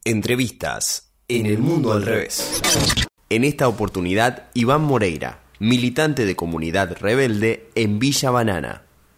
Entrevistas en el mundo al revés. En esta oportunidad, Iván Moreira, militante de Comunidad Rebelde en Villa Banana.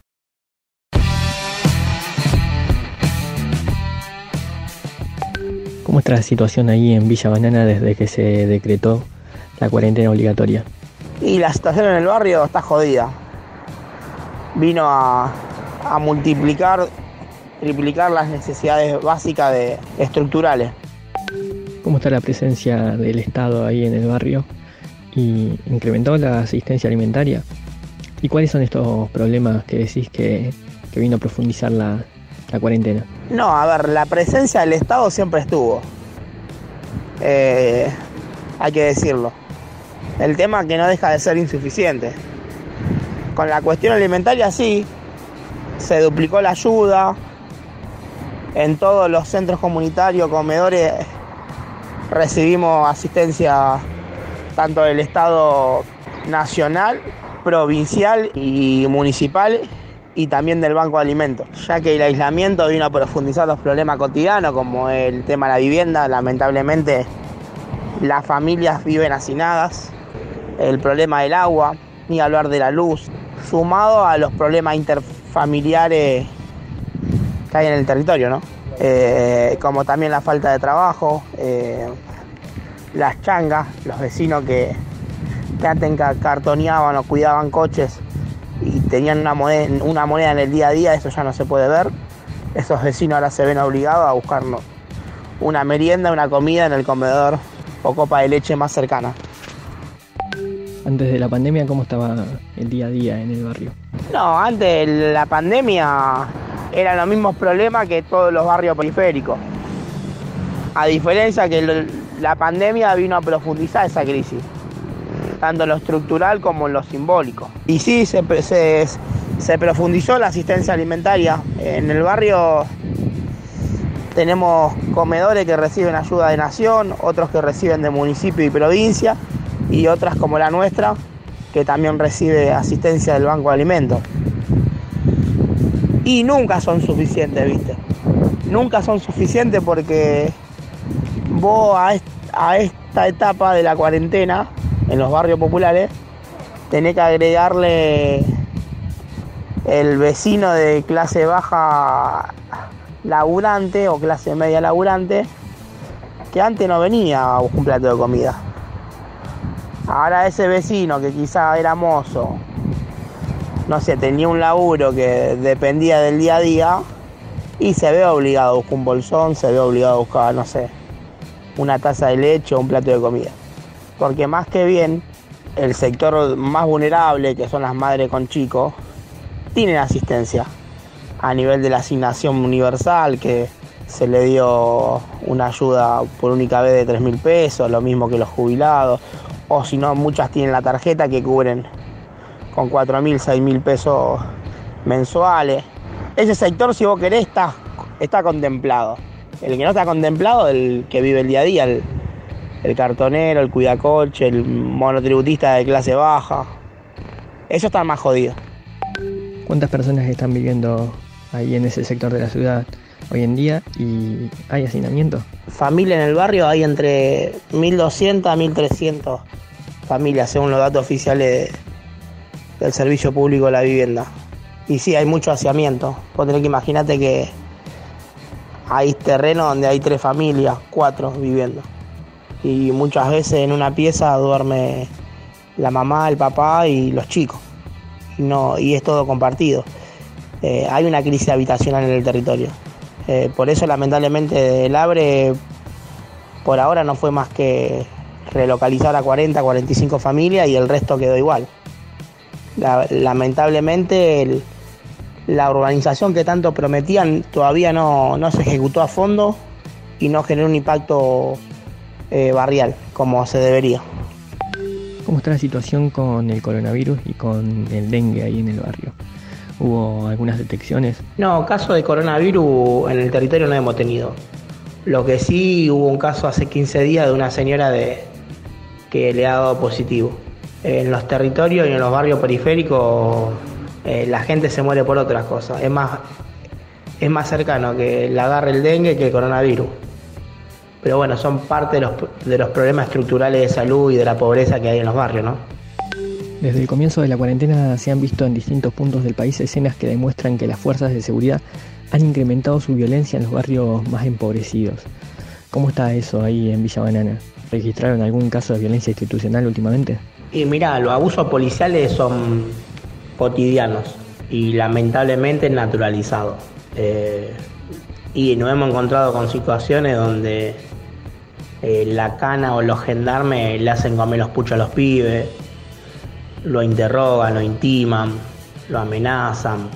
¿Cómo está la situación ahí en Villa Banana desde que se decretó la cuarentena obligatoria? Y la situación en el barrio está jodida. Vino a multiplicar, triplicar las necesidades básicas estructurales. ¿Cómo está la presencia del Estado ahí en el barrio? ¿Y incrementó la asistencia alimentaria? ¿Y cuáles son estos problemas que decís que vino a profundizar la cuarentena? No, a ver, la presencia del Estado siempre estuvo. Hay que decirlo. El tema es que no deja de ser insuficiente. Con la cuestión alimentaria sí, se duplicó la ayuda. En todos los centros comunitarios, comedores, recibimos asistencia tanto del Estado nacional, provincial y municipal, y también del Banco de Alimentos, ya que el aislamiento vino a profundizar los problemas cotidianos, como el tema de la vivienda. Lamentablemente las familias viven hacinadas, el problema del agua, ni hablar de la luz, sumado a los problemas interfamiliares que hay en el territorio, ¿no? Como también la falta de trabajo, las changas, los vecinos que antes cartoneaban o cuidaban coches y tenían una moneda en el día a día. Eso ya no se puede ver. Esos vecinos ahora se ven obligados a buscar una merienda, una comida en el comedor o copa de leche más cercana. Antes de la pandemia, ¿cómo estaba el día a día en el barrio? No, antes de la pandemia eran los mismos problemas que todos los barrios periféricos. A diferencia que la pandemia vino a profundizar esa crisis, tanto en lo estructural como en lo simbólico. Y sí, se profundizó la asistencia alimentaria. En el barrio tenemos comedores que reciben ayuda de nación, otros que reciben de municipio y provincia, y otras como la nuestra, que también recibe asistencia del Banco de Alimentos. Y nunca son suficientes, ¿viste? Nunca son suficientes porque vos a esta etapa de la cuarentena, en los barrios populares, tenés que agregarle el vecino de clase baja laburante o clase media laburante, que antes no venía a buscar un plato de comida. Ahora ese vecino que quizá era mozo, no sé, tenía un laburo que dependía del día a día y se ve obligado a buscar un bolsón, se ve obligado a buscar, no sé, una taza de leche o un plato de comida. Porque más que bien, el sector más vulnerable, que son las madres con chicos, tienen asistencia a nivel de la asignación universal, que se le dio una ayuda por única vez de 3.000 pesos, lo mismo que los jubilados, o si no, muchas tienen la tarjeta que cubren con 4.000, 6.000 pesos mensuales. Ese sector, si vos querés, está contemplado. El que no está contemplado es el que vive el día a día, el cartonero, el cuidacoche, el monotributista de clase baja. Ellos están más jodidos. ¿Cuántas personas están viviendo ahí en ese sector de la ciudad hoy en día y hay hacinamiento? Familia en el barrio hay entre 1.200 a 1.300 familias, según los datos oficiales del Servicio Público de la Vivienda. Y sí, hay mucho hacinamiento. Vos tenés que imaginarte que hay terrenos donde hay 3 familias, 4 viviendo. Y muchas veces en una pieza duerme la mamá, el papá y los chicos. Y es todo compartido. Hay una crisis habitacional en el territorio. Por eso, lamentablemente, el ABRE por ahora no fue más que relocalizar a 40, 45 familias y el resto quedó igual. Lamentablemente, la urbanización que tanto prometían todavía no se ejecutó a fondo y no generó un impacto barrial como se debería. ¿Cómo está la situación con el coronavirus y con el dengue ahí en el barrio? ¿Hubo algunas detecciones? No, caso de coronavirus en el territorio no hemos tenido. Lo que sí, hubo un caso hace 15 días de una señora que le ha dado positivo. En los territorios y en los barrios periféricos la gente se muere por otras cosas. Es más cercano que le agarre el dengue que el coronavirus. pero bueno, son parte de los problemas estructurales de salud y de la pobreza que hay en los barrios, ¿no? Desde el comienzo de la cuarentena se han visto en distintos puntos del país escenas que demuestran que las fuerzas de seguridad han incrementado su violencia en los barrios más empobrecidos. ¿Cómo está eso ahí en Villa Banana? ¿Registraron algún caso de violencia institucional últimamente? Y mirá, los abusos policiales son cotidianos y lamentablemente naturalizados. Y nos hemos encontrado con situaciones donde la cana o los gendarmes le hacen comer los puchos a los pibes, lo interrogan, lo intiman, lo amenazan.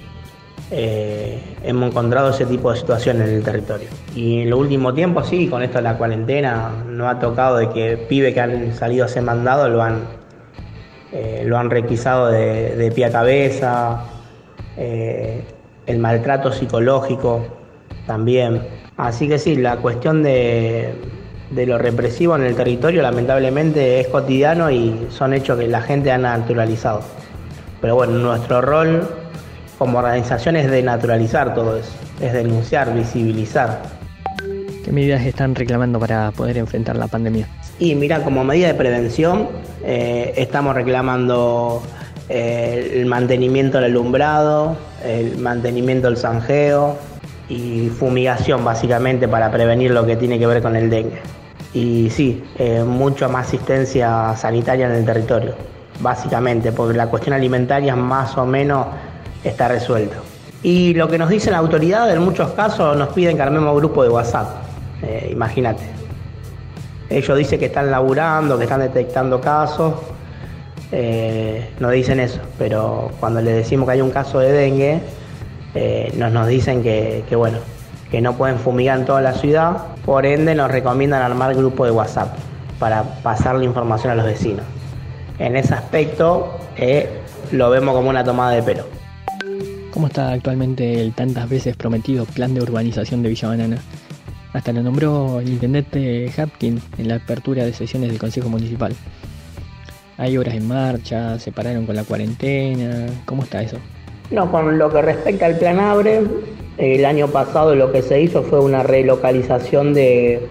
Hemos encontrado ese tipo de situaciones en el territorio. Y en los últimos tiempos, sí, con esto de la cuarentena, nos ha tocado de que pibes que han salido a ser mandados lo han requisado de pie a cabeza, el maltrato psicológico también. Así que sí, la cuestión de lo represivo en el territorio lamentablemente es cotidiano y son hechos que la gente ha naturalizado. Pero bueno, nuestro rol como organización es denaturalizar todo eso, es denunciar, visibilizar. ¿Qué medidas están reclamando para poder enfrentar la pandemia? Y mira, como medida de prevención estamos reclamando el mantenimiento del alumbrado, el mantenimiento del zanjeo y fumigación básicamente para prevenir lo que tiene que ver con el dengue. Y sí, mucha más asistencia sanitaria en el territorio, básicamente, porque la cuestión alimentaria más o menos está resuelta. Y lo que nos dicen las autoridades, en muchos casos nos piden que armemos grupo de WhatsApp, imagínate. Ellos dicen que están laburando, que están detectando casos, nos dicen eso, pero cuando les decimos que hay un caso de dengue, nos dicen que bueno, que no pueden fumigar en toda la ciudad, por ende nos recomiendan armar grupo de WhatsApp para pasar la información a los vecinos. En ese aspecto lo vemos como una tomada de pelo. ¿Cómo está actualmente el tantas veces prometido plan de urbanización de Villa Banana? Hasta lo nombró el intendente Hapkin en la apertura de sesiones del Consejo Municipal. ¿Hay obras en marcha? ¿Se pararon con la cuarentena? ¿Cómo está eso? No, con lo que respecta al plan ABRE, el año pasado lo que se hizo fue una relocalización de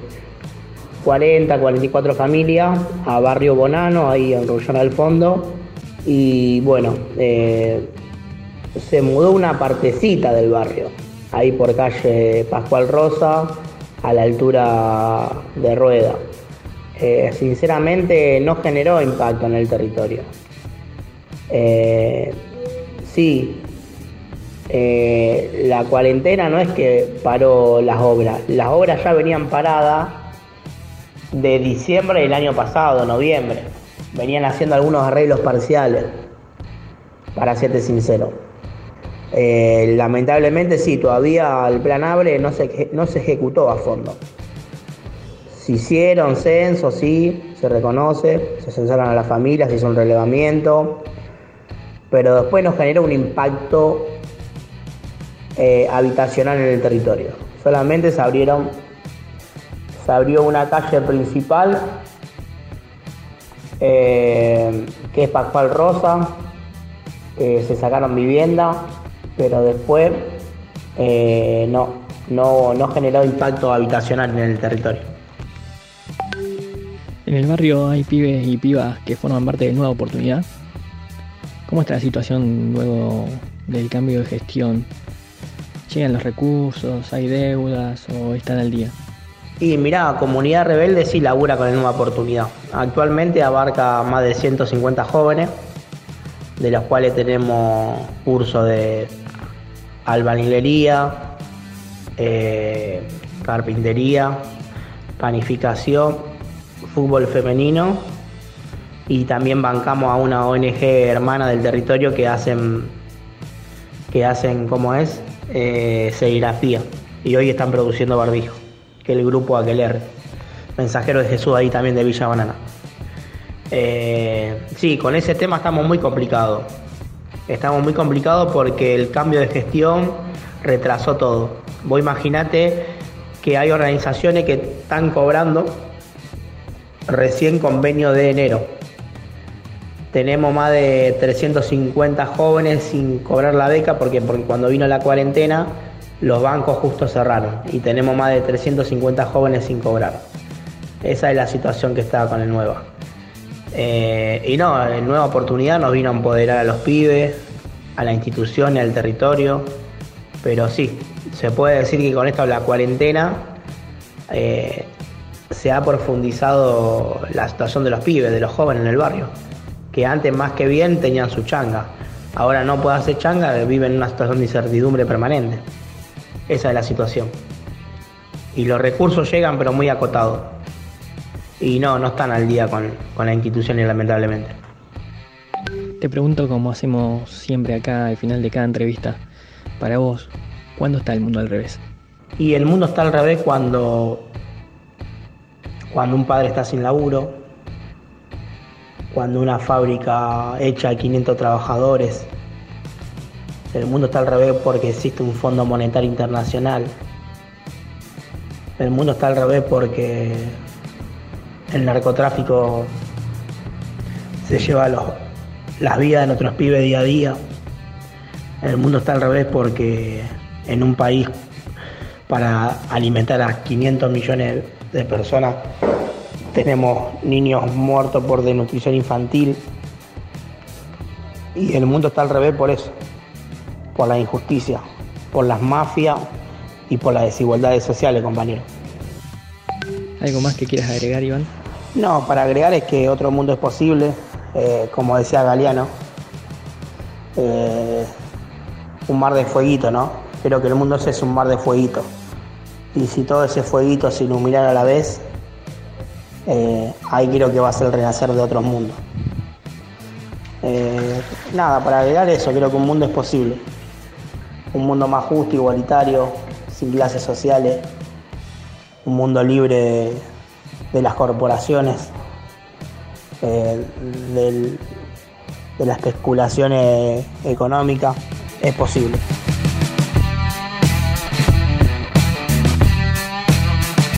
44 familias a Barrio Bonano, ahí en Rullón al Fondo. Y bueno, se mudó una partecita del barrio, ahí por calle Pascual Rosa, a la altura de Rueda. Sinceramente no generó impacto en el territorio. Sí, la cuarentena no es que paró las obras ya venían paradas de diciembre del año pasado, noviembre. Venían haciendo algunos arreglos parciales, para serte sincero. Lamentablemente sí, todavía el plan ABRE no se ejecutó a fondo. Se hicieron censos, sí, se reconoce, se censaron a las familias, se hizo un relevamiento, pero después nos generó un impacto habitacional en el territorio. Solamente se abrió una calle principal, que es Pascual Rosa, se sacaron viviendas, pero después no generó impacto habitacional en el territorio. En el barrio hay pibes y pibas que forman parte de Nueva Oportunidad. ¿Cómo está la situación luego del cambio de gestión? ¿Llegan los recursos? ¿Hay deudas o están al día? Y mirá, Comunidad Rebelde sí labura con la Nueva Oportunidad. Actualmente abarca más de 150 jóvenes, de los cuales tenemos cursos de albañilería, carpintería, panificación, fútbol femenino, y también bancamos a una ONG hermana del territorio que hacen ¿cómo es? Serigrafía, y hoy están produciendo barbijo, que es el grupo Aqueler, Mensajero de Jesús, ahí también de Villa Banana. Sí, con ese tema estamos muy complicados porque el cambio de gestión retrasó todo. Vos imaginate que hay organizaciones que están cobrando recién convenio de enero. Tenemos más de 350 jóvenes sin cobrar la beca porque cuando vino la cuarentena los bancos justo cerraron y tenemos más de 350 jóvenes sin cobrar. Esa es la situación que está con el Nueva. Y no, el Nueva Oportunidad nos vino a empoderar a los pibes, a la institución y al territorio, pero sí, se puede decir que con esto la cuarentena se ha profundizado la situación de los pibes, de los jóvenes en el barrio, que antes más que bien tenían su changa, ahora no pueden hacer changa, viven en una situación de incertidumbre permanente. Esa es la situación. Y los recursos llegan pero muy acotados. Y no están al día con la institución, lamentablemente. Te pregunto, como hacemos siempre acá al final de cada entrevista, para vos, ¿cuándo está el mundo al revés? Y el mundo está al revés cuando un padre está sin laburo, cuando una fábrica echa a 500 trabajadores. El mundo está al revés porque existe un Fondo Monetario Internacional. El mundo está al revés porque el narcotráfico se lleva las vidas de nuestros pibes día a día. El mundo está al revés porque en un país para alimentar a 500 millones de personas tenemos niños muertos por desnutrición infantil. Y el mundo está al revés por eso, por la injusticia, por las mafias y por las desigualdades sociales, compañero. ¿Algo más que quieras agregar, Iván? No, para agregar es que otro mundo es posible, como decía Galeano, un mar de fueguito, ¿no? Creo que el mundo ese es un mar de fueguito. Y si todo ese fueguito se iluminara a la vez, ahí creo que va a ser el renacer de otros mundos. Nada, para agregar eso, creo que un mundo es posible. Un mundo más justo, igualitario, sin clases sociales, un mundo libre de las corporaciones, de la especulación económica. Es posible.